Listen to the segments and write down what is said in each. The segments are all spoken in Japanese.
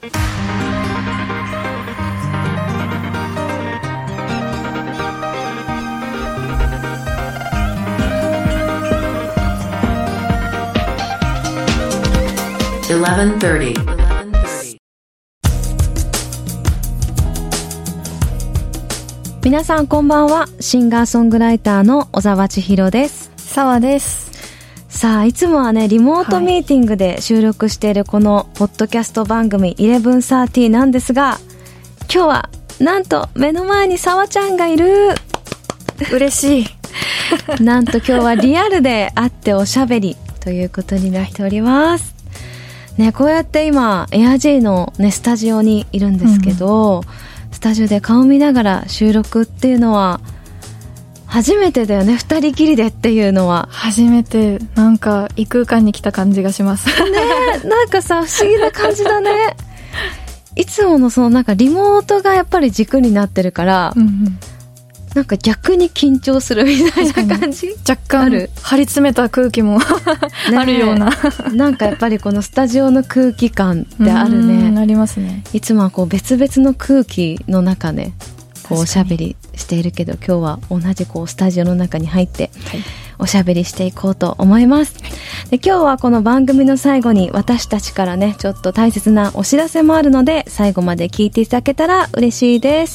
11:30 皆さんこんばんは。シンガーソングライターの小沢千尋です。 澤です。 さあ、いつもはねリモートミーティングで収録しているこのポッドキャスト番組1130なんですが、今日はなんと目の前に澤ちゃんがいる。 嬉しい。 なんと今日はリアルで会っておしゃべりということになっております、ね。こうやって今エアジーの、ね、スタジオにいるんですけど、スタジオで顔見ながら収録っていうのは初めてだよね。二人きりでっていうのは初めて。なんか異空間に来た感じがしますね。なんかさ、不思議な感じだね。いつものそのなんかリモートがやっぱり軸になってるから、なんか逆に緊張するみたいな感じ。 若干ある張り詰めた空気もあるような。 なんかやっぱりこのスタジオの空気感ってあるね。 ありますね。 いつもはこう別々の空気の中ね、こうおしゃべりしているけど、今日は同じこうスタジオの中に入っておしゃべりしていこうと思います、で今日はこの番組の最後に私たちからねちょっと大切なお知らせもあるので、最後まで聞いていただけたら嬉しいです。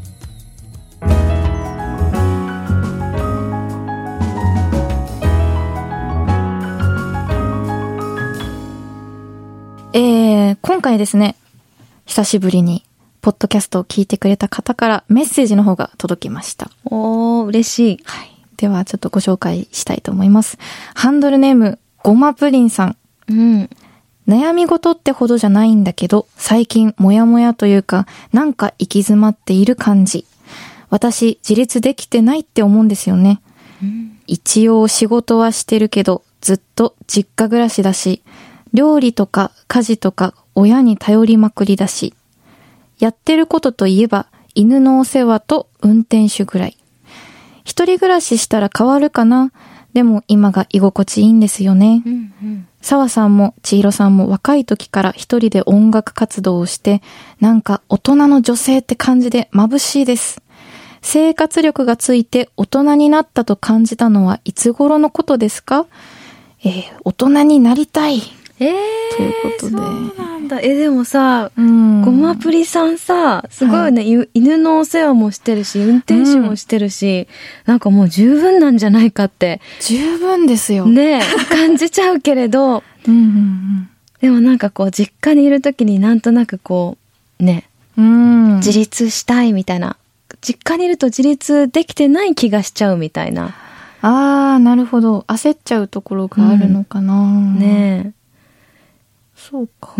今回ですね、久しぶりにポッドキャストを聞いてくれた方からメッセージの方が届きました。 おー、嬉しい。 はい。ではちょっとご紹介したいと思います。ハンドルネームごまプリンさん。悩み事ってほどじゃないんだけど、最近モヤモヤというか、なんか行き詰まっている感じ。私自立できてないって思うんですよね。一応仕事はしてるけど、ずっと実家暮らしだし、料理とか家事とか親に頼りまくりだし、やってることといえば犬のお世話と運転手ぐらい。一人暮らししたら変わるかな。でも今が居心地いいんですよね。澤さんも千尋さんも若い時から一人で音楽活動をして、なんか大人の女性って感じで眩しいです。生活力がついて大人になったと感じたのはいつ頃のことですか？大人になりたい。ということで。 そうなんだ。でもさ、ごまプリさんさ、すごいね、犬のお世話もしてるし、運転手もしてるし、なんかもう十分なんじゃないかって。 十分ですよ。 ね、感じちゃうけれど、でもなんかこう、実家にいるときになんとなくこう、ね、自立したいみたいな。実家にいると自立できてない気がしちゃうみたいな。 なるほど。焦っちゃうところがあるのかな。 ねえ。 そうか。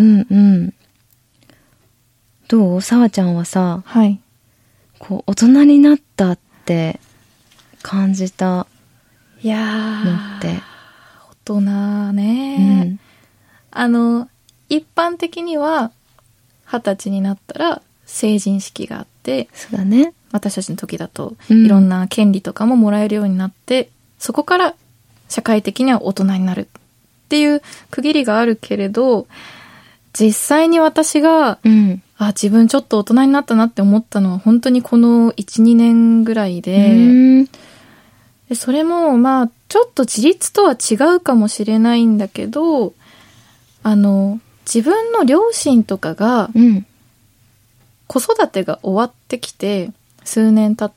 どう？さわちゃんはさ、 はい。 こう、大人になったって感じたのって。 大人ね。一般的には、20歳になったら成人式があって、 そうだね。 私たちの時だと、いろんな権利とかももらえるようになって、そこから社会的には大人になるっていう区切りがあるけれど、実際に私が、自分ちょっと大人になったなって思ったのは本当にこの 1,2 年ぐらいで、それもちょっと自立とは違うかもしれないんだけど、自分の両親とかが、子育てが終わってきて数年経って、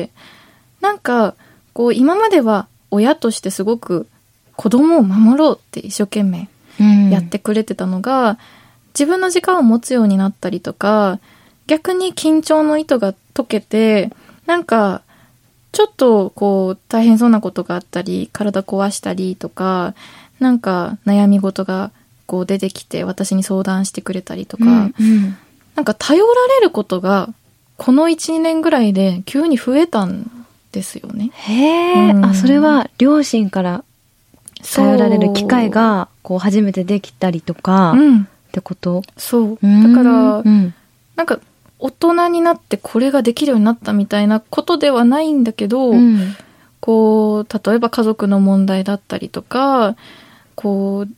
なんかこう今までは親としてすごく子供を守ろうって一生懸命やってくれてたのが、自分の時間を持つようになったりとか、逆に緊張の糸が解けて、なんかちょっとこう大変そうなことがあったり、体壊したりとか、なんか悩み事がこう出てきて私に相談してくれたりとか、なんか頼られることがこの 1,2 年ぐらいで急に増えたんですよね。 それは両親から頼られる機会がこう初めてできたりとかってこと？ そう。だから、なんか大人になってこれができるようになったみたいなことではないんだけど、こう例えば家族の問題だったりとか、こう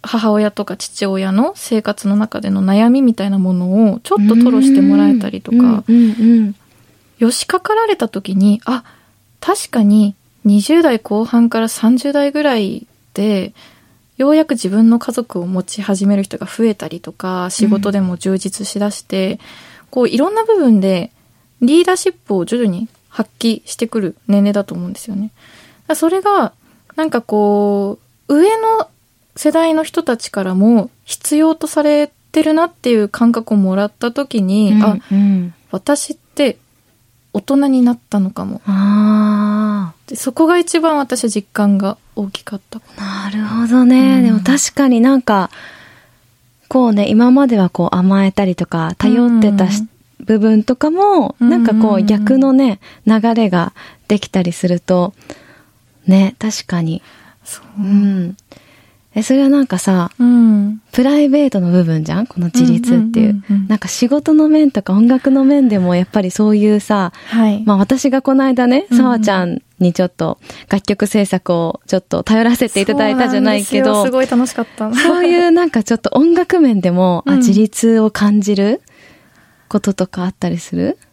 母親とか父親の生活の中での悩みみたいなものをちょっと吐露してもらえたりとか、よしかかられた時に、あ、確かに20代後半から30代ぐらいでようやく自分の家族を持ち始める人が増えたりとか、仕事でも充実しだして、こういろんな部分でリーダーシップを徐々に発揮してくる年齢だと思うんですよね。それがなんかこう上の世代の人たちからも必要とされてるなっていう感覚をもらった時に、私って大人になったのかも。でそこが一番私実感が大きかった。 なるほどね。でも確かになんかこうね、今まではこう甘えたりとか頼ってた部分とかも、なんかこう逆のね流れができたりするとね、確かに。そう。それはなんかさ、プライベートの部分じゃん、この自立っていう。なんか仕事の面とか音楽の面でもやっぱりそういうさ、まあ私がこの間ね、さわちゃんにちょっと楽曲制作をちょっと頼らせていただいたじゃないけど、 すごい楽しかった。 そういうなんかちょっと音楽面でも、自立を感じることとかあったりする？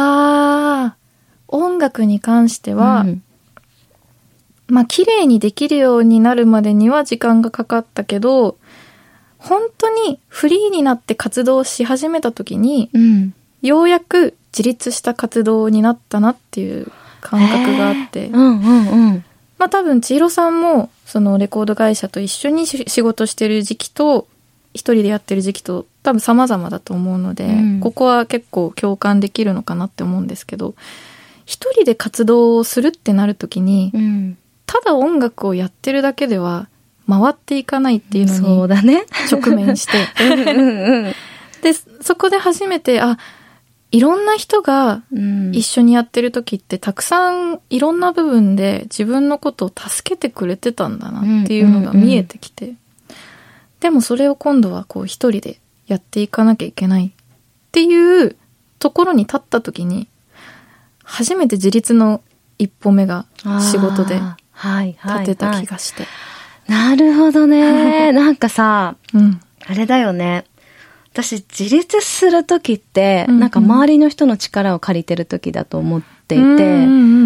音楽に関しては、まあ綺麗にできるようになるまでには時間がかかったけど、本当にフリーになって活動し始めた時に、ようやく自立した活動になったなっていう感覚があって、まあ多分千尋さんもそのレコード会社と一緒に仕事してる時期と一人でやってる時期と多分様々だと思うので、ここは結構共感できるのかなって思うんですけど、一人で活動をするってなる時に、ただ音楽をやってるだけでは回っていかないっていうのに直面して、でそこで初めていろんな人が一緒にやってる時ってたくさんいろんな部分で自分のことを助けてくれてたんだなっていうのが見えてきて、でもそれを今度はこう一人でやっていかなきゃいけないっていうところに立った時に初めて自立の一歩目が仕事で立てた気がして。 なるほどね。なんかさ、あれだよね。私自立するときって、なんか周りの人の力を借りてるときだと思っていて、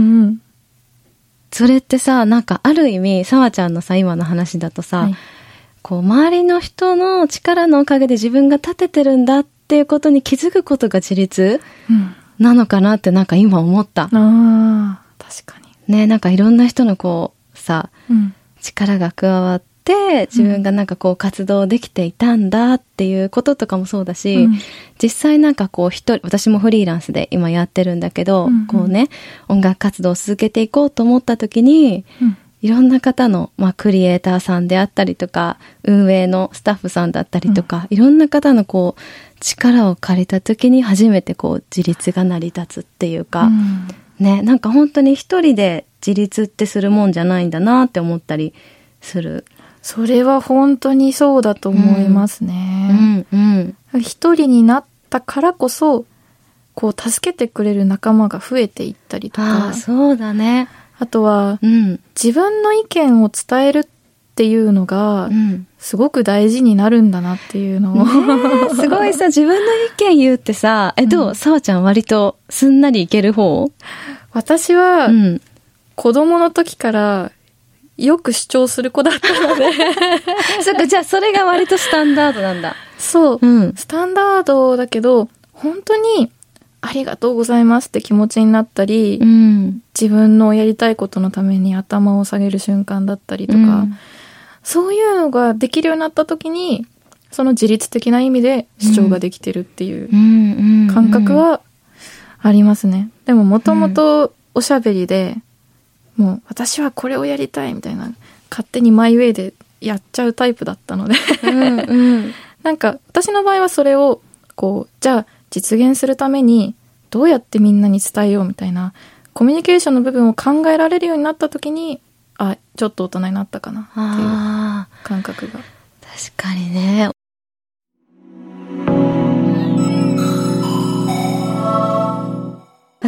それってさ、なんかある意味、さわちゃんのさ、今の話だとさ、こう周りの人の力のおかげで自分が立ててるんだっていうことに気づくことが自立なのかなってなんか今思った。 確かに。 ね、なんかいろんな人のこうさ、力が加わって自分がなんかこう活動できていたんだっていうこととかもそうだし、実際なんかこう私もフリーランスで今やってるんだけど、こうね、音楽活動を続けていこうと思った時に、いろんな方の、まあ、クリエイターさんであったりとか、運営のスタッフさんだったりとか、いろんな方のこう力を借りた時に初めてこう自立が成り立つっていうか、ね、なんか本当に一人で自立ってするもんじゃないんだなって思ったりする。 それは本当にそうだと思いますね。一人になったからこそ、こう助けてくれる仲間が増えていったりとか。 そうだね。 あとは、自分の意見を伝えるっていうのが、すごく大事になるんだなっていうのを。 すごいさ、自分の意見言うってさ、どう？さわちゃん割とすんなりいける方？ 私は、子供の時からよく主張する子だったので。 そっか、じゃあそれが割とスタンダードなんだ。 そう。スタンダードだけど、本当に、ありがとうございますって気持ちになったり、自分のやりたいことのために頭を下げる瞬間だったりとか、そういうのができるようになった時に、その自律的な意味で主張ができてるっていう感覚はありますね。でももともとおしゃべりで、もう私はこれをやりたいみたいな、勝手にマイウェイでやっちゃうタイプだったので、なんか私の場合はそれをこう、じゃあ実現するためにどうやってみんなに伝えようみたいなコミュニケーションの部分を考えられるようになった時に、ちょっと大人になったかなっていう感覚が。 確かにね。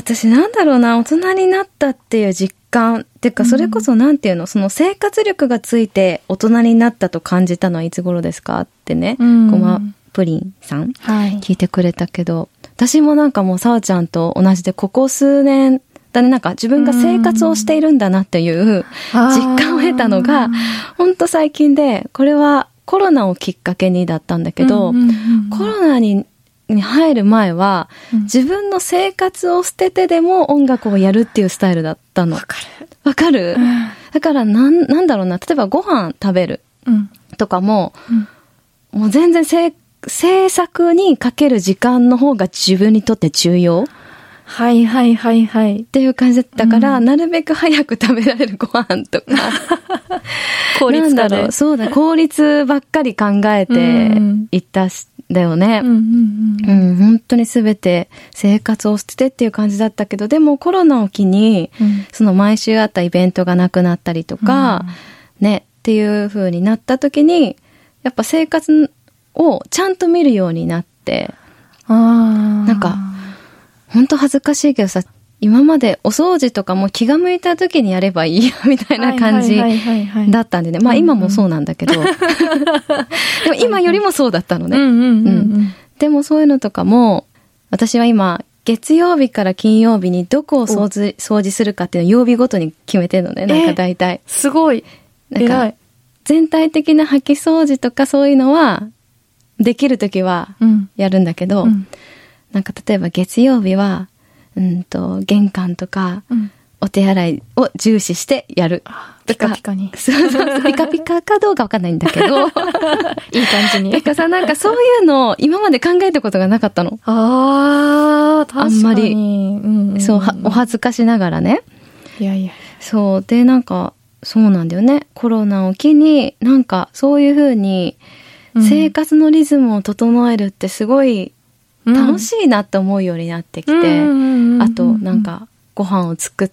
私なんだろうな、大人になったっていう実感っていうか、それこそなんていうの、その生活力がついて大人になったと感じたのはいつ頃ですかってね、ごまプリンさん、聞いてくれたけど、私もなんかもうさおちゃんと同じで、ここ数年だね、なんか自分が生活をしているんだなっていう実感を得たのがほんと最近で、これはコロナをきっかけにだったんだけど、コロナに入る前は、自分の生活を捨ててでも音楽をやるっていうスタイルだったの。わかる、だからなんだろうな、例えばご飯食べるとかも、もう全然制作にかける時間の方が自分にとって重要。 はいはいはいはい。 っていう感じだったから、なるべく早く食べられるご飯とか。 効率化で。 なんだろう、そうだ、効率ばっかり考えていっただよね。本当に全て生活を捨ててっていう感じだったけど、でもコロナを機に、その毎週あったイベントがなくなったりとか、ね、っていう風になった時に、やっぱ生活をちゃんと見るようになって、なんか、本当恥ずかしいけどさ、今までお掃除とかも気が向いた時にやればいいやみたいな感じだったんでね。まあ今もそうなんだけど。でも今よりもそうだったのね。でもそういうのとかも、私は今、月曜日から金曜日にどこを掃除するかっていうのを曜日ごとに決めてるのね。なんか大体。 すごい。偉い。 全体的な掃き掃除とかそういうのは、できる時はやるんだけど、なんか例えば月曜日は、玄関とか、お手洗いを重視してやる。 ピカピカに。 そうそう、ピカピカかどうかわかんないんだけど。いい感じに。 なんかそういうのを今まで考えたことがなかったの。 確かに。 あんまり。そう、お恥ずかしながらね。 いやいや。 そう。で、なんか、そうなんだよね。コロナを機に、なんかそういう風に、生活のリズムを整えるってすごい、楽しいなって思うようになってきて、あとなんかご飯を作って、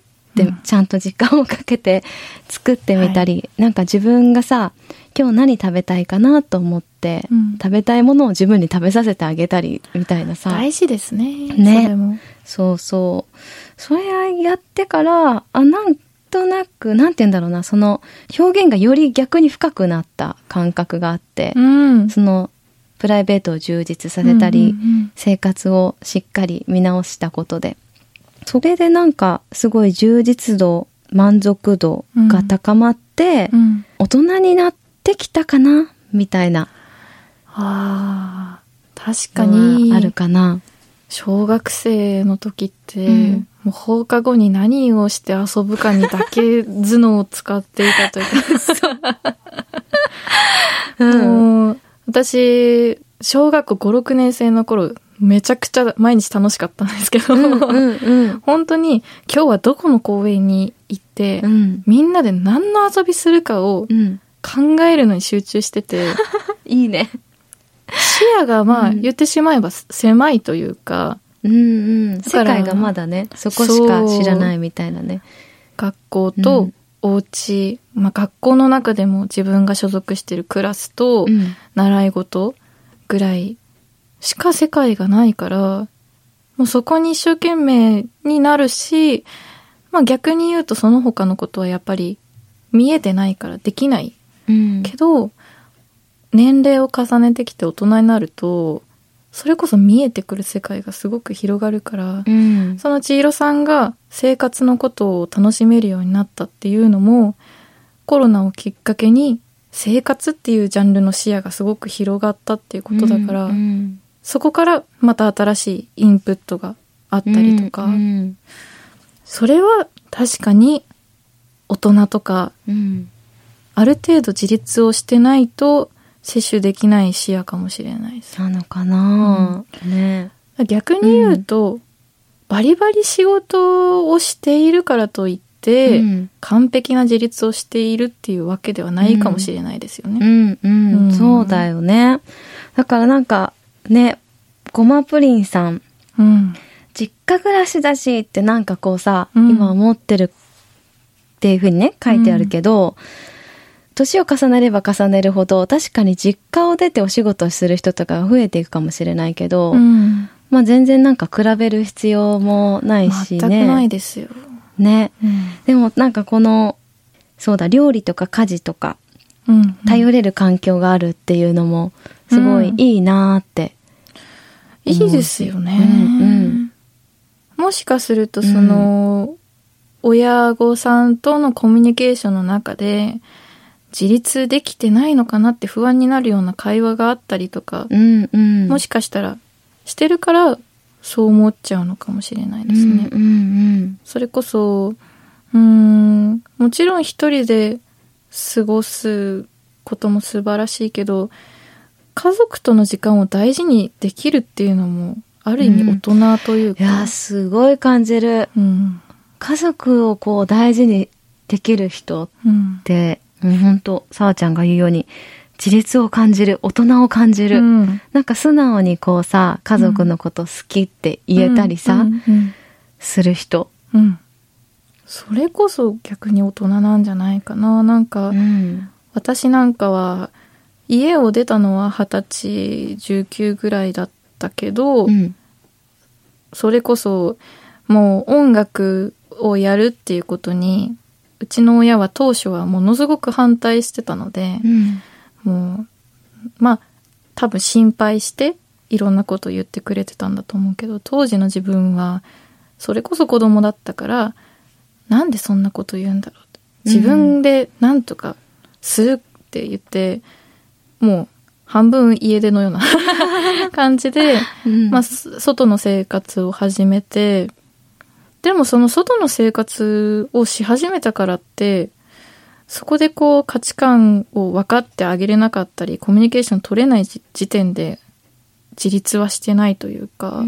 ちゃんと時間をかけて作ってみたり、なんか自分がさ、今日何食べたいかなと思って、食べたいものを自分に食べさせてあげたりみたいなさ。 大事ですね。 ね。それも。そうそう。それやってから、なんとなく、なんて言うんだろうな、その表現がより逆に深くなった感覚があって、その、プライベートを充実させたり、生活をしっかり見直したことで。それでなんかすごい充実度、満足度が高まって、大人になってきたかなみたいな。 確かに。 あるかな。 小学生の時って、もう放課後に何をして遊ぶかにだけ頭脳を使っていたというか。私、小学校5、6年生の頃、めちゃくちゃ毎日楽しかったんですけど、本当に今日はどこの公園に行って、みんなで何の遊びするかを考えるのに集中してて、 いいね。 視野がまあ言ってしまえば狭いというか、 世界がまだね、そこしか知らないみたいなね。 学校と、お家、まあ、学校の中でも自分が所属しているクラスと習い事ぐらいしか世界がないから、もうそこに一生懸命になるし、まあ逆に言うとその他のことはやっぱり見えてないからできない。けど、年齢を重ねてきて大人になると、それこそ見えてくる世界がすごく広がるから、その千尋さんが生活のことを楽しめるようになったっていうのも、コロナをきっかけに生活っていうジャンルの視野がすごく広がったっていうことだから、そこからまた新しいインプットがあったりとか、それは確かに大人とか、ある程度自立をしてないと摂取できない視野かもしれないです。 なのかな、ね。 逆に言うと、バリバリ仕事をしているからといって、完璧な自立をしているっていうわけではないかもしれないですよね。 そうだよね。だからなんかね、ごまプリンさん、実家暮らしだしってなんかこうさ、今思ってるっていうふうにね書いてあるけど、年を重ねれば重ねるほど確かに実家を出てお仕事をする人とかが増えていくかもしれないけど、 まあ全然なんか比べる必要もないしね。 全くないですよ。 ね。でもなんかこの、そうだ、料理とか家事とか、頼れる環境があるっていうのも、すごいいいなーって。 いいですよね。もしかするとその、親御さんとのコミュニケーションの中で、自立できてないのかなって不安になるような会話があったりとか、もしかしたらしてるからそう思っちゃうのかもしれないですね。それこそ、もちろん一人で過ごすことも素晴らしいけど、家族との時間を大事にできるっていうのもある意味大人というか。 いや、すごい感じる。家族をこう大事にできる人って、本当さわちゃんが言うように自立を感じる、大人を感じる、なんか素直にこうさ、家族のこと好きって言えたりさ、する人、 それこそ逆に大人なんじゃないかな。なんか、私なんかは家を出たのは20歳19ぐらいだったけど、それこそもう音楽をやるっていうことにうちの親は当初はものすごく反対してたので、もうまあ多分心配していろんなことを言ってくれてたんだと思うけど、当時の自分はそれこそ子供だったから、なんでそんなこと言うんだろうって、自分でなんとかするって言って、もう半分家出のような感じで、まあ外の生活を始めて、でもその外の生活をし始めたからって、そこでこう価値観を分かってあげれなかったり、コミュニケーション取れない時点で自立はしてないというか、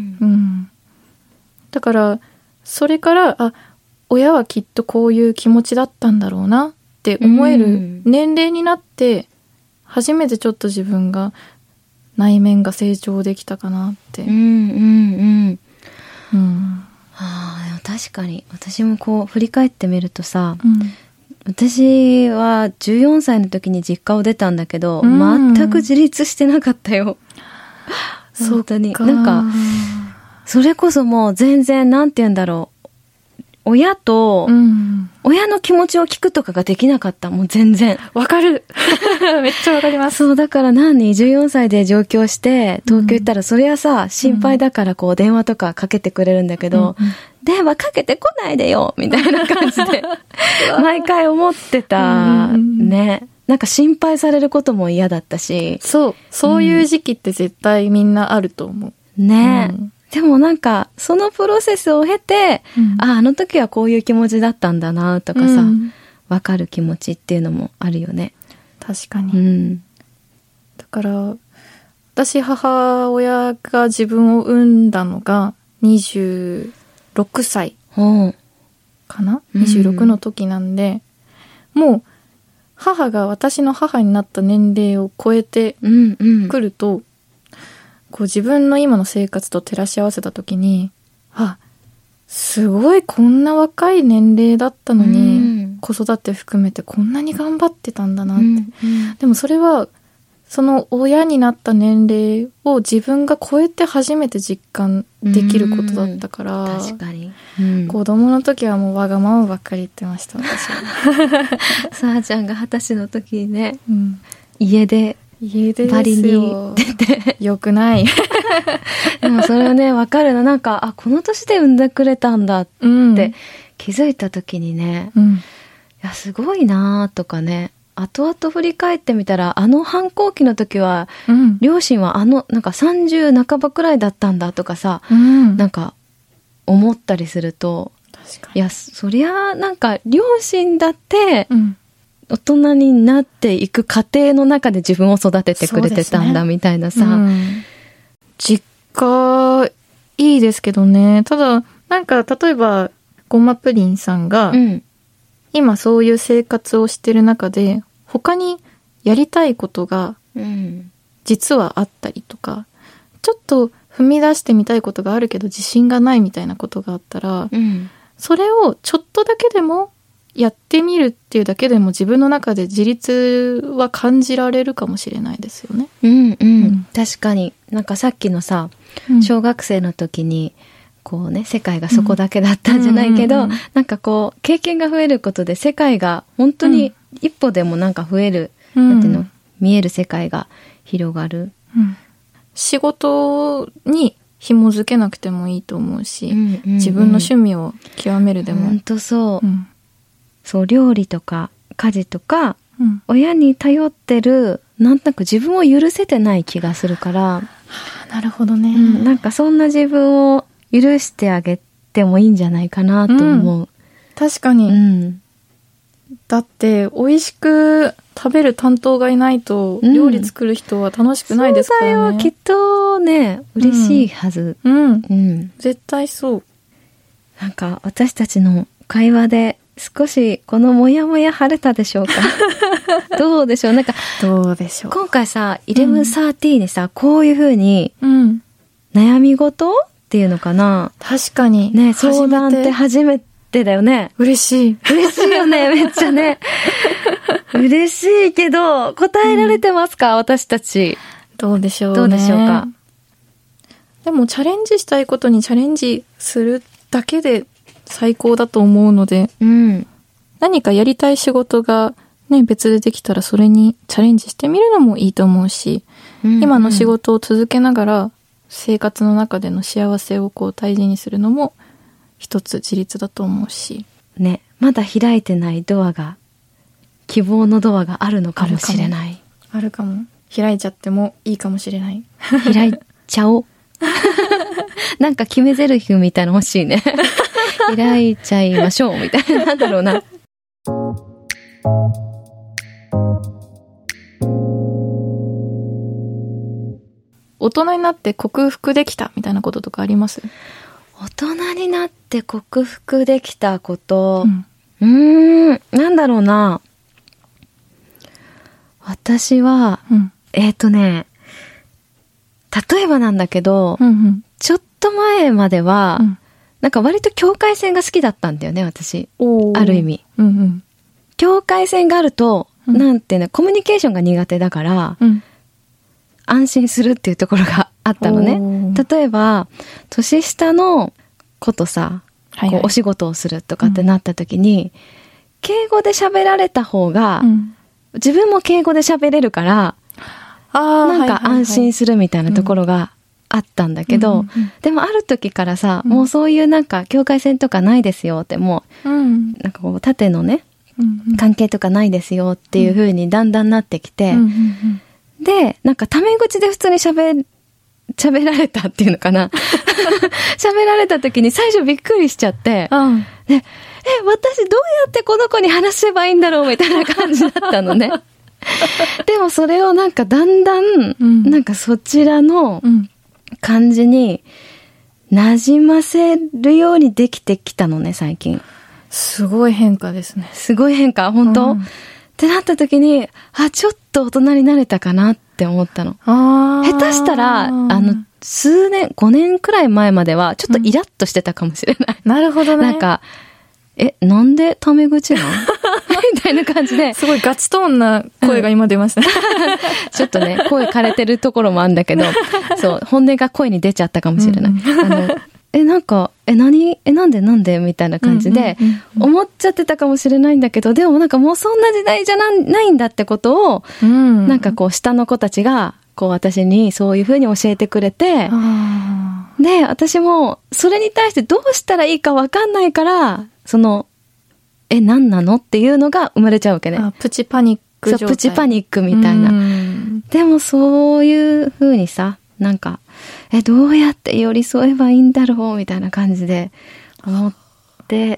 だからそれから親はきっとこういう気持ちだったんだろうなって思える年齢になって、初めてちょっと自分が内面が成長できたかなって。 確かに私もこう振り返ってみるとさ、私は14歳の時に実家を出たんだけど、全く自立してなかったよ。本当に。なんかそれこそもう全然なんて言うんだろう、親と、親の気持ちを聞くとかができなかった。もう全然。 わかる。めっちゃわかります。 そう、だから14歳で上京して東京行ったら、そりゃさ、心配だからこう電話とかかけてくれるんだけど、電話かけてこないでよみたいな感じで、毎回思ってたね。なんか心配されることも嫌だったし。 そういう時期って絶対みんなあると思う。 ね。でもなんかそのプロセスを経て、あの時はこういう気持ちだったんだなとかさ、わかる気持ちっていうのもあるよね。 確かに。だから私母親が自分を産んだのが26歳かな、26の時なんで、もう母が私の母になった年齢を超えてくると、こう自分の今の生活と照らし合わせた時に、すごいこんな若い年齢だったのに、子育て含めてこんなに頑張ってたんだなって。でもそれはその親になった年齢を自分が超えて初めて実感できることだったから、 確かに、 子供の時はもうわがままばっかり言ってました、私は。 さあちゃんが20歳の時にね、家出バリに出てよくない。 でもそれはね、わかるな。なんかこの年で産んでくれたんだって気づいた時にね、いやすごいなとかね、後々振り返ってみたら、反抗期の時は、両親はなんか30半ばくらいだったんだとかさ、なんか思ったりすると、いやそりゃなんか両親だって、大人になっていく過程の中で自分を育ててくれてたんだみたいなさ、 実家いいですけどね。ただなんか例えばごまプリンさんが、今そういう生活をしてる中で他にやりたいことが実はあったりとか、ちょっと踏み出してみたいことがあるけど自信がないみたいなことがあったら、それをちょっとだけでもやってみるっていうだけでも自分の中で自立は感じられるかもしれないですよね。 うんうん。確かに。なんかさっきのさ、小学生の時に、こうね、世界がそこだけだったんじゃないけど、なんかこう、経験が増えることで世界が本当に一歩でもなんか増える、なんていうの、見える世界が広がる。 仕事に紐づけなくてもいいと思うし、自分の趣味を極めるでも。 本当そう。そう、料理とか家事とか、親に頼ってる、なんとなく自分を許せてない気がするから、 なるほどね、 なんかそんな自分を許してあげてもいいんじゃないかなと思う。 確かに、だって美味しく食べる担当がいないと、料理作る人は楽しくないですからね。 そうだよ、きっとね、嬉しいはず。 絶対そう。 なんか私たちの会話で少しこのモヤモヤ晴れたでしょうか。どうでしょう。なんかどうでしょう。 今回さ、1130にさ、こういう風に悩み事っていうのかな。 確かにね、相談って初めてだよね。 嬉しいよね、めっちゃね。嬉しいけど答えられてますか、私たち。 どうでしょうね。 どうでしょうか。 でもチャレンジしたいことにチャレンジするだけで最高だと思うので、何かやりたい仕事がね、別でできたらそれにチャレンジしてみるのもいいと思うし、今の仕事を続けながら生活の中での幸せをこう大事にするのも一つ自立だと思うし。 ね、まだ開いてないドアが、希望のドアがあるのかもしれない。 あるかも。開いちゃってもいいかもしれない。 開いちゃおう。なんか決め台詞みたいなの欲しいね。開いちゃいましょうみたいな。なんだろうな。 大人になって克服できたみたいなこととかあります？ 大人になって克服できたこと、なんだろうな。私は、例えばなんだけど、ちょっと前までは、なんか割と境界線が好きだったんだよね、私。ある意味。境界線があると、なんていうの、コミュニケーションが苦手だから、安心するっていうところがあったのね。例えば、年下の子とさ、こうお仕事をするとかってなった時に、敬語で喋られた方が、自分も敬語で喋れるから、なんか安心するみたいなところがあったんだけど、でもある時からさ、もうそういうなんか境界線とかないですよって、もう、なんかこう縦のね、関係とかないですよっていう風にだんだんなってきて、で、なんかタメ口で普通に喋られたっていうのかな。喋られた時に最初びっくりしちゃって、で、私どうやってこの子に話せばいいんだろうみたいな感じだったのね。でもそれをなんかだんだん、なんかそちらの感じに馴染ませるようにできてきたのね、最近。 すごい変化ですね。 すごい変化、本当、ってなった時に、ちょっと大人になれたかなって思ったの。下手したら、数年、5年くらい前までは、ちょっとイラッとしてたかもしれない。 なるほどね。 なんか、なんでタメ口なのみたいな感じで。 すごいガチトーンな声が今出ましたね。 ちょっとね、声枯れてるところもあるんだけど、そう、本音が声に出ちゃったかもしれない。なんか、なんでみたいな感じで、思っちゃってたかもしれないんだけど、でもなんかもうそんな時代じゃないんだってことを、なんかこう下の子たちが、こう私にそういう風に教えてくれて、で、私もそれに対してどうしたらいいかわかんないから、何なのっていうのが生まれちゃうわけね。 プチパニック状態。 そう、プチパニックみたいな。でもそういう風にさ、なんか、どうやって寄り添えばいいんだろうみたいな感じで思って、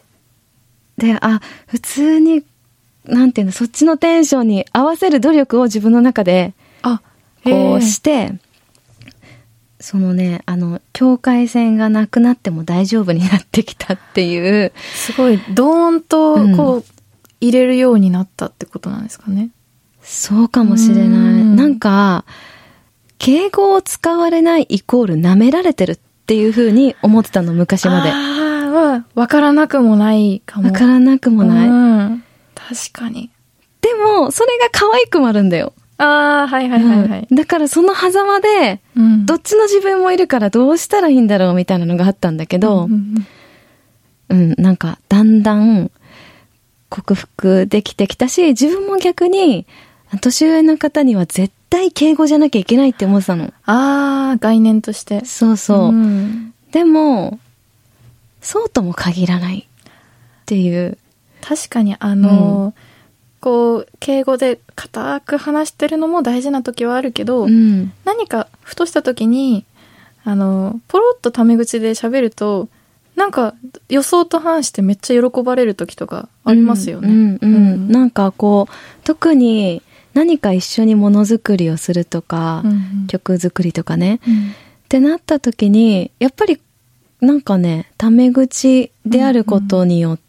で、普通に、なんていうの、そっちのテンションに合わせる努力を自分の中で、こうして、そのね、境界線がなくなっても大丈夫になってきたっていう。 すごい、ドーンと、こう、入れるようになったってことなんですかね。 そうかもしれない。なんか、敬語を使われないイコール舐められてるっていう風に思ってたの、昔まで。 は分からなくもないかも。 分からなくもない、 うん、確かに。 でもそれが可愛くもあるんだよ。 ああ、はいはいはいはい、 だからその狭間で、どっちの自分もいるからどうしたらいいんだろうみたいなのがあったんだけど、なんかだんだん克服できてきたし、自分も逆に年上の方には絶対敬語じゃなきゃいけないって思ってたの。 ああ、概念として。 そうそう。でもそうとも限らないっていう。 確かにこう敬語で固く話してるのも大事な時はあるけど、何かふとした時にポロッとタメ口で喋るとなんか予想と反してめっちゃ喜ばれる時とかありますよね。 なんかこう特に何か一緒にものづくりをするとか、曲作りとかね、ってなった時にやっぱりなんかね、タメ口であることによって、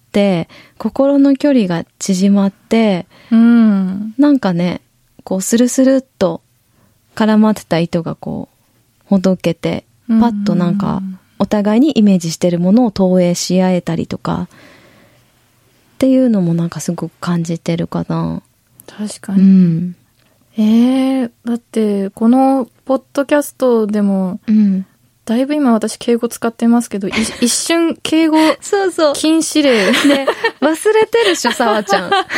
心の距離が縮まって、なんかね、こうスルスルっと絡まってた糸がこうほどけて、パッとなんかお互いにイメージしてるものを投影し合えたりとかっていうのもなんかすごく感じてるかな。 確かに。だってこのポッドキャストでも、だいぶ今私敬語使ってますけど、一瞬敬語禁止令ね、忘れてるでしょ、さわちゃん。なんか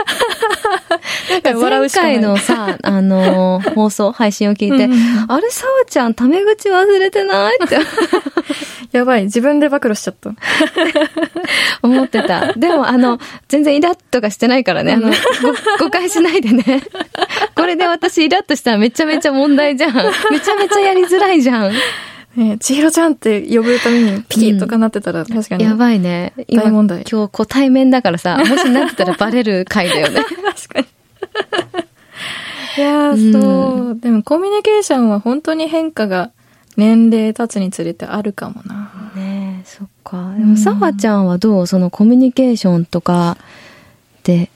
前回のさ、放送、配信を聞いて、あれ、さわちゃん、タメ口忘れてないって。 やばい、自分で暴露しちゃった。 思ってた。でも、全然イラッとかしてないからね。誤解しないでね。これで私イラッとしたらめちゃめちゃ問題じゃん。めちゃめちゃやりづらいじゃん。 ね、千尋ちゃんって呼ぶためにピキッとかなってたら確かに。 やばいね。 大問題。 今日対面だからさ、もしなってたらバレる回だよね。 確かに。いやー、そう。でもコミュニケーションは本当に変化が年齢経つにつれてあるかもな。 ねえ、そっか。でもさわちゃんはどう？そのコミュニケーションとかで。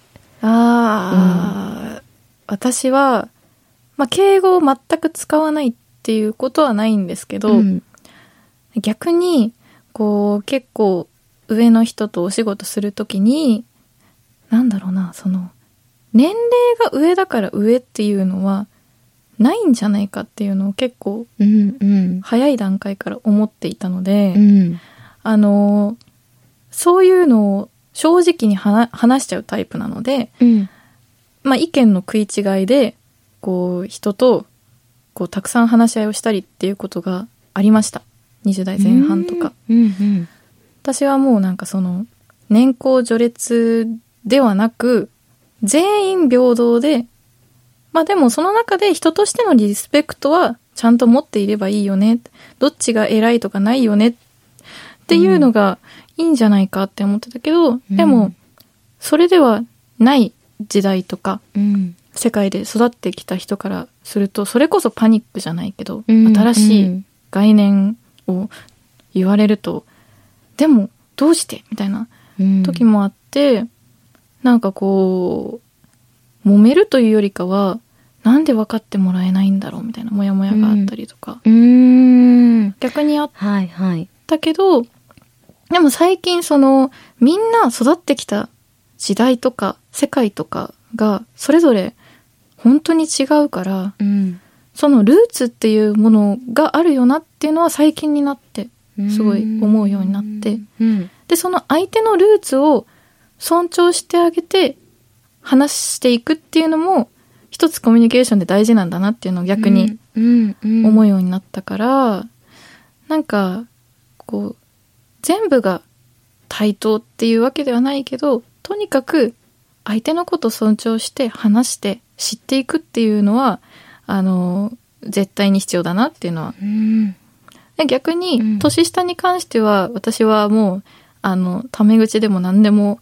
私は、敬語を全く使わないっていうことはないんですけど、逆にこう結構上の人とお仕事するときになんだろうな、その年齢が上だから上っていうのはないんじゃないかっていうのを結構早い段階から思っていたので、そういうのを正直に話しちゃうタイプなので、意見の食い違いでこう人とこうたくさん話し合いをしたりっていうことがありました。20代前半とか。私はもうなんかその年功序列ではなく全員平等で、でもその中で人としてのリスペクトはちゃんと持っていればいいよね。どっちが偉いとかないよねっていうのがいいんじゃないかって思ってたけど、でもそれではない時代とか、世界で育ってきた人からするとそれこそパニックじゃないけど、新しい概念を言われると、でもどうしてみたいな時もあって、なんかこう揉めるというよりかはなんで分かってもらえないんだろうみたいなモヤモヤがあったりとか、逆にあったけど、でも最近そのみんな育ってきた時代とか世界とかがそれぞれ本当に違うから、そのルーツっていうものがあるよなっていうのは最近になってすごい思うようになって、でその相手のルーツを尊重してあげて話していくっていうのも一つコミュニケーションで大事なんだなっていうのを逆に思うようになったから、なんかこう全部が対等っていうわけではないけど、とにかく相手のことを尊重して話して知っていくっていうのは絶対に必要だなっていうのは、で逆に年下に関しては私はもうタメ口でも何でも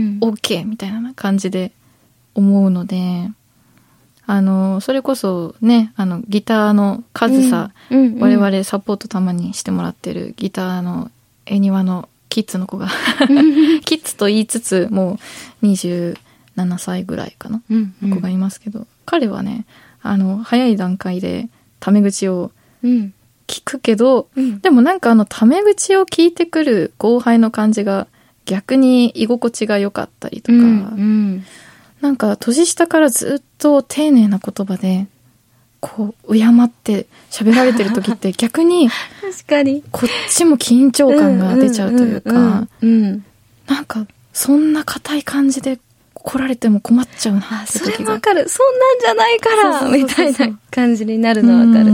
OK みたいな感じで思うので、それこそねギターの数さ、我々サポートたまにしてもらってるギターの恵庭のキッズの子がキッズと言いつつもう27歳ぐらいかな、子がいますけど、彼はね早い段階でタメ口を聞くけど、でもなんかタメ口を聞いてくる後輩の感じが逆に居心地が良かったりとか、なんか年下からずっと丁寧な言葉でこう敬って喋られてる時って逆に確かにこっちも緊張感が出ちゃうというか、なんかそんな硬い感じで来られても困っちゃうなって時が。 それわかる。そんなんじゃないからみたいな感じになるのわかる。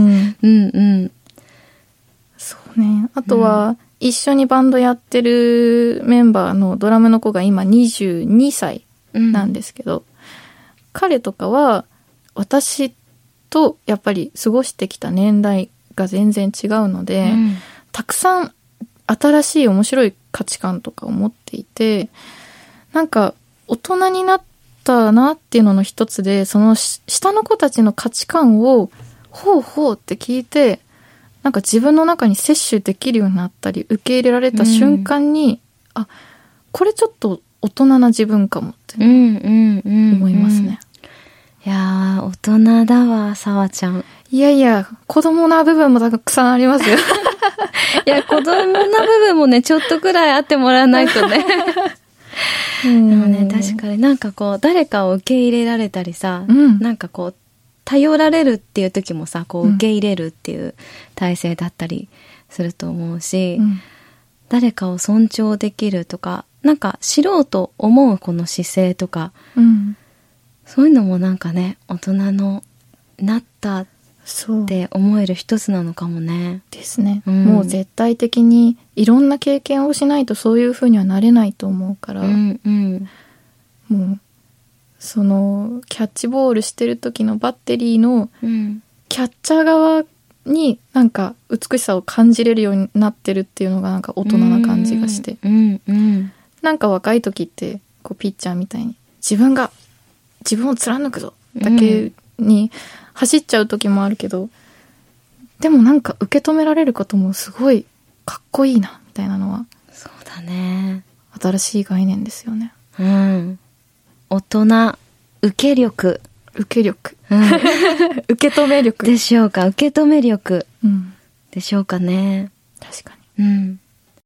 そうね。あとは、一緒にバンドやってるメンバーのドラムの子が今22歳なんですけど、彼とかは私とやっぱり過ごしてきた年代が全然違うので、たくさん新しい面白い価値観とかを持っていて、なんか大人になったなっていうのの一つで、その下の子たちの価値観をほうほうって聞いて、なんか自分の中に摂取できるようになったり、受け入れられた瞬間に、あ、これちょっと大人な自分かもって思いますね。 いやー、大人だわ、さわちゃん。 いやいや、子供な部分もたくさんありますよ。 いや、子供な部分もね、ちょっとくらいあってもらわないとね。でもね、確かになんかこう、誰かを受け入れられたりさ、なんかこう、頼られるっていう時もさ、こう受け入れるっていう体制だったりすると思うし、誰かを尊重できるとか、なんか知ろうと思うこの姿勢とか、そういうのもなんかね、大人のなったって思える一つなのかもね。 ですね。もう絶対的にいろんな経験をしないとそういう風にはなれないと思うから、もうそのキャッチボールしてる時のバッテリーのキャッチャー側になんか美しさを感じれるようになってるっていうのがなんか大人な感じがして、なんか若い時ってこうピッチャーみたいに自分を貫くぞだけに走っちゃう時もあるけど、でもなんか受け止められることもすごいかっこいいなみたいなのは、 そうだね、 新しい概念ですよね。 大人、受け力、 受け止め力でしょうか。受け止め力、でしょうかね。 確かに。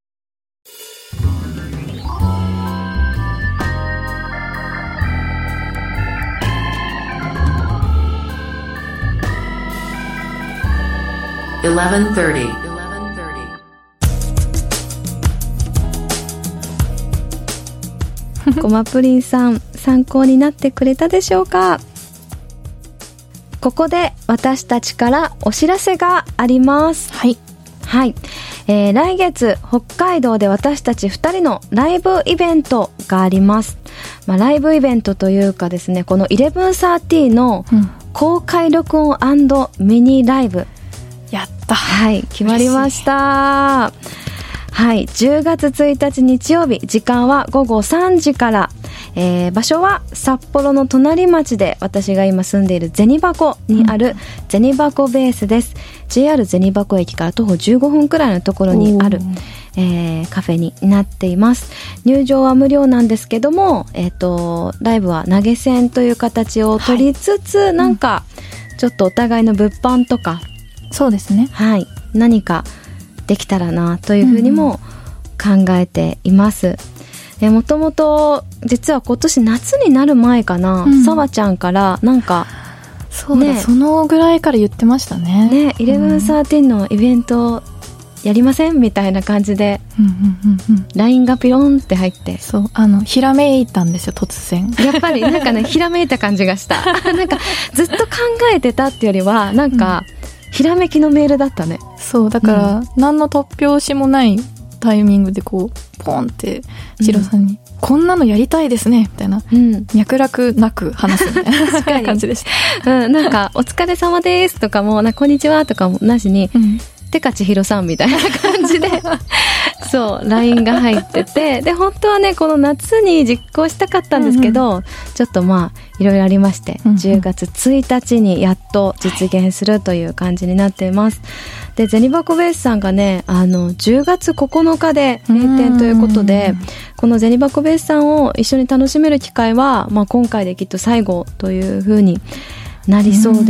11:30ごまプリンさん、参考になってくれたでしょうか。ここで私たちからお知らせがあります。はい、来月北海道で私たち2人のライブイベントがあります。ライブイベントというかですね、この1130の公開録音&ミニライブ、 やった、 決まりました。10月1日日曜日、時間は午後3時から、場所は札幌の隣町で、私が今住んでいる銭箱にある銭箱ベースです。JR 銭箱駅から徒歩15分くらいのところにある、カフェになっています。入場は無料なんですけども、ライブは投げ銭という形を取りつつ、なんかちょっとお互いの物販とか、 そうですね、 何かできたらなというふうにも考えています。もともと実は今年夏になる前かな、さわちゃんからなんかそうだ、そのぐらいから言ってましたね。 1113のイベントやりませんみたいな感じで LINE がピロンって入って、 そう、ひらめいたんですよ、突然。 やっぱりなんかね、ひらめいた感じがしたなんかずっと考えてたってよりはなんか、ひらめきのメールだったね。 そうだから、何の突拍子もないタイミングでこうポンってチロさんに、こんなのやりたいですねみたいな、脈絡なく話すみたいな感じでした。 なんかお疲れ様ですとかも、こんにちはとかもなしに、てかちひろさんみたいな感じでそう LINE が入ってて、で本当はねこの夏に実行したかったんですけど、ちょっといろいろありまして、10月1日にやっと実現するという感じになっています。で銭箱ベースさんがね、10月9日で閉店ということで、この銭箱ベースさんを一緒に楽しめる機会は、今回できっと最後という風になりそうです。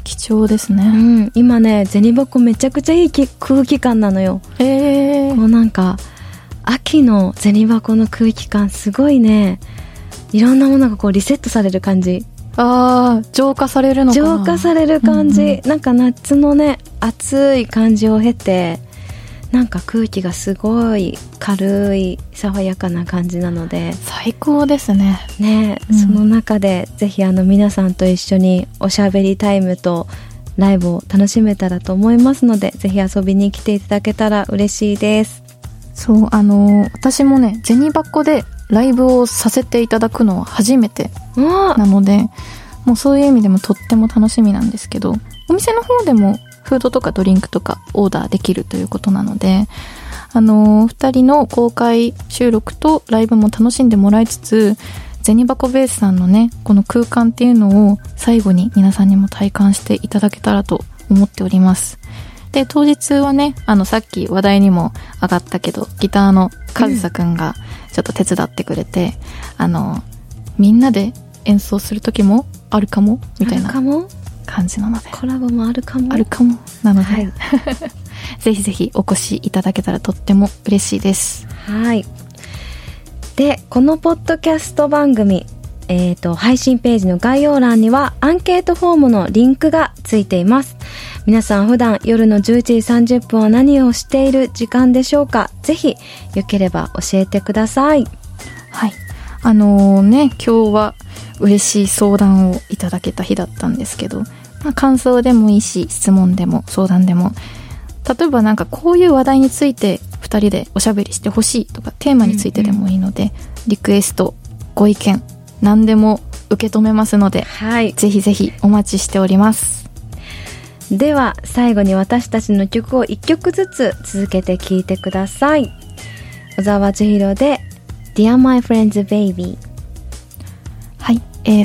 貴重ですね。 うん、今ね銭箱めちゃくちゃいい空気感なのよ。こうなんか秋の銭箱の空気感すごいね。いろんなものがこうリセットされる感じ。 浄化されるのかな。 浄化される感じ、なんか夏のね暑い感じを経てなんか空気がすごい軽い爽やかな感じなので最高ですね。 その中でぜひ皆さんと一緒におしゃべりタイムとライブを楽しめたらと思いますので、ぜひ遊びに来ていただけたら嬉しいです。 そう、私もね銭箱でライブをさせていただくのは初めてなので、もうそういう意味でもとっても楽しみなんですけど、お店の方でもフードとかドリンクとかオーダーできるということなので、2人の公開収録とライブも楽しんでもらいつつ、銭箱ベースさんのねこの空間っていうのを最後に皆さんにも体感していただけたらと思っております。で、当日はねさっき話題にも上がったけどギターのカズサくんがちょっと手伝ってくれて、みんなで演奏する時もあるかもみたいな感じなので、 コラボもあるかもなので、はい、ぜひぜひお越しいただけたらとっても嬉しいです。 はい。で、このポッドキャスト番組、配信ページの概要欄にはアンケートフォームのリンクがついています。皆さん普段夜の11時30分は何をしている時間でしょうか。ぜひよければ教えてください。 はい。今日は嬉しい相談をいただけた日だったんですけど、感想でもいいし質問でも相談でも、例えばなんかこういう話題について2人でおしゃべりしてほしいとかテーマについてでもいいので、リクエストご意見何でも受け止めますので、 はい、 ぜひぜひお待ちしております。 では最後に私たちの曲を1曲ずつ続けて聴いてください。小沢千尋で Dear My Friends Baby。 はい、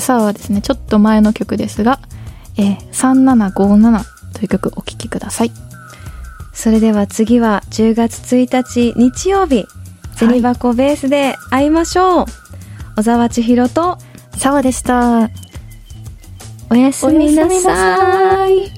さあはですねちょっと前の曲ですが、3757という曲お聴きください。 それでは次は10月1日日曜日、銭箱ベースで会いましょう。小沢千尋と沢でした。 おやすみなさい。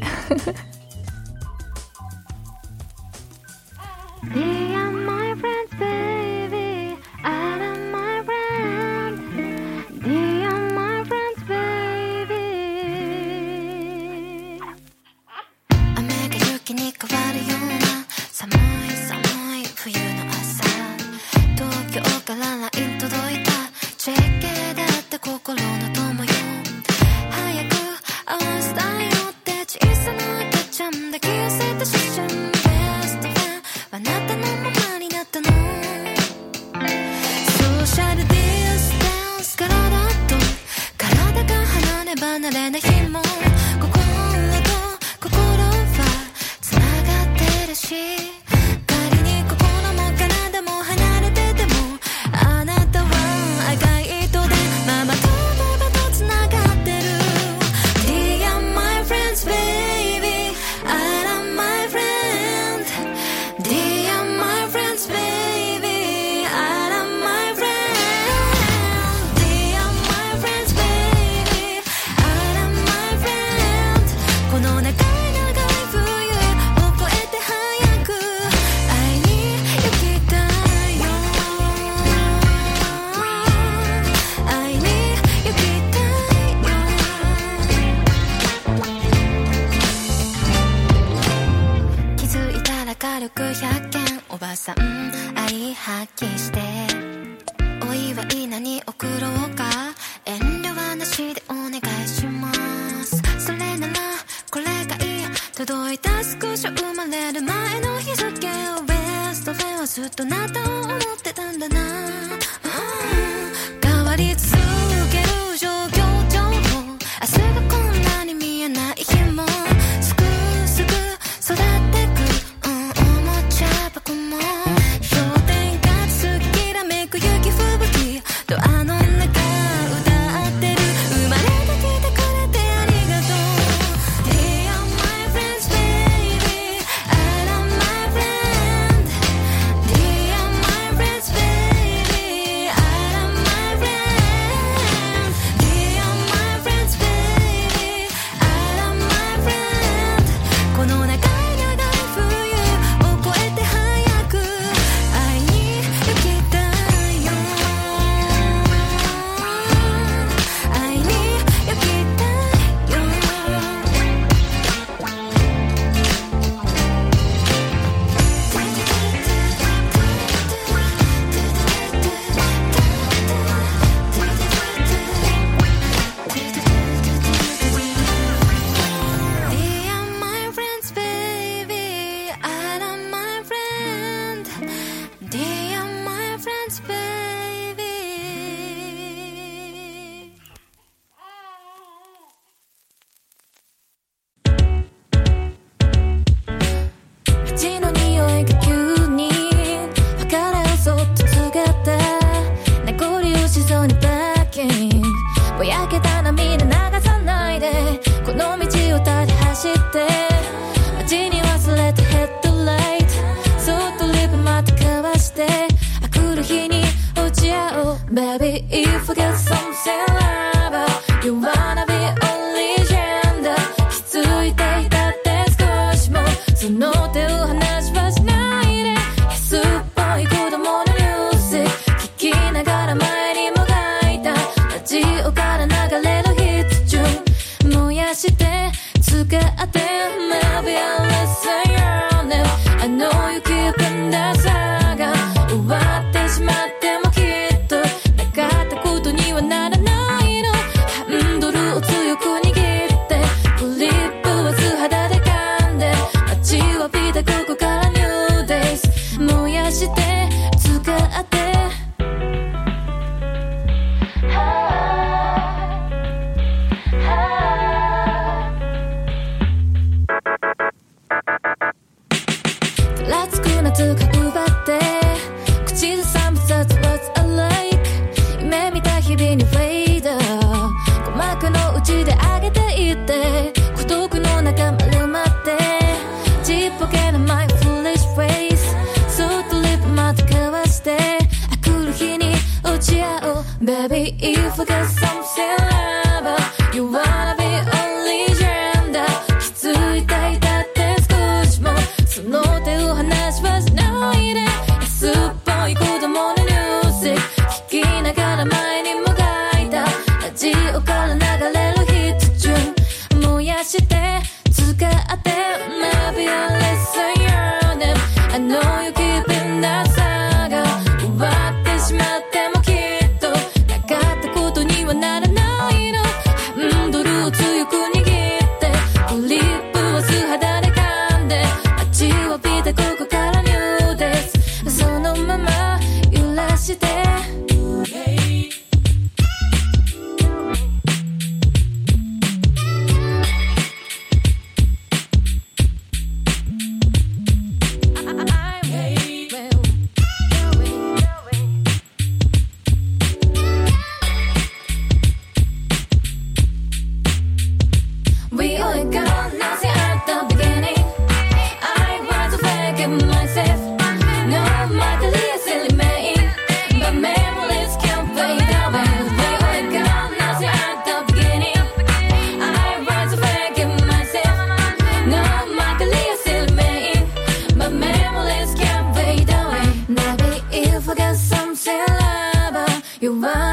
夏が奪って口ずさむ That's what I like 夢見た日々にフェード鼓膜の内で上げていって孤独の中丸まってちっぽけな My foolish face そっとリップまた交わして来る日に落ち合う Baby if I got something love You wanna be only gender 気づいていたって少しもその手を離しはしないで安っぽい子供のニュース聞きながら前にもがいたラジオから流れるヒットチューン燃やして使って Maybe I listen your name I know you keeping that saga 終わってしまってもきっとなかったことにはならないのハンドルを強く握ってグリップを素肌で噛んで待ちわびたここからニューですそのまま揺らしてWe only got nothing at the beginning I was faking myself No matter the silly man But memories can't fade away We only got nothing at the beginning I was faking myself No matter the silly man But memories can't fade away Maybe if I got something love You want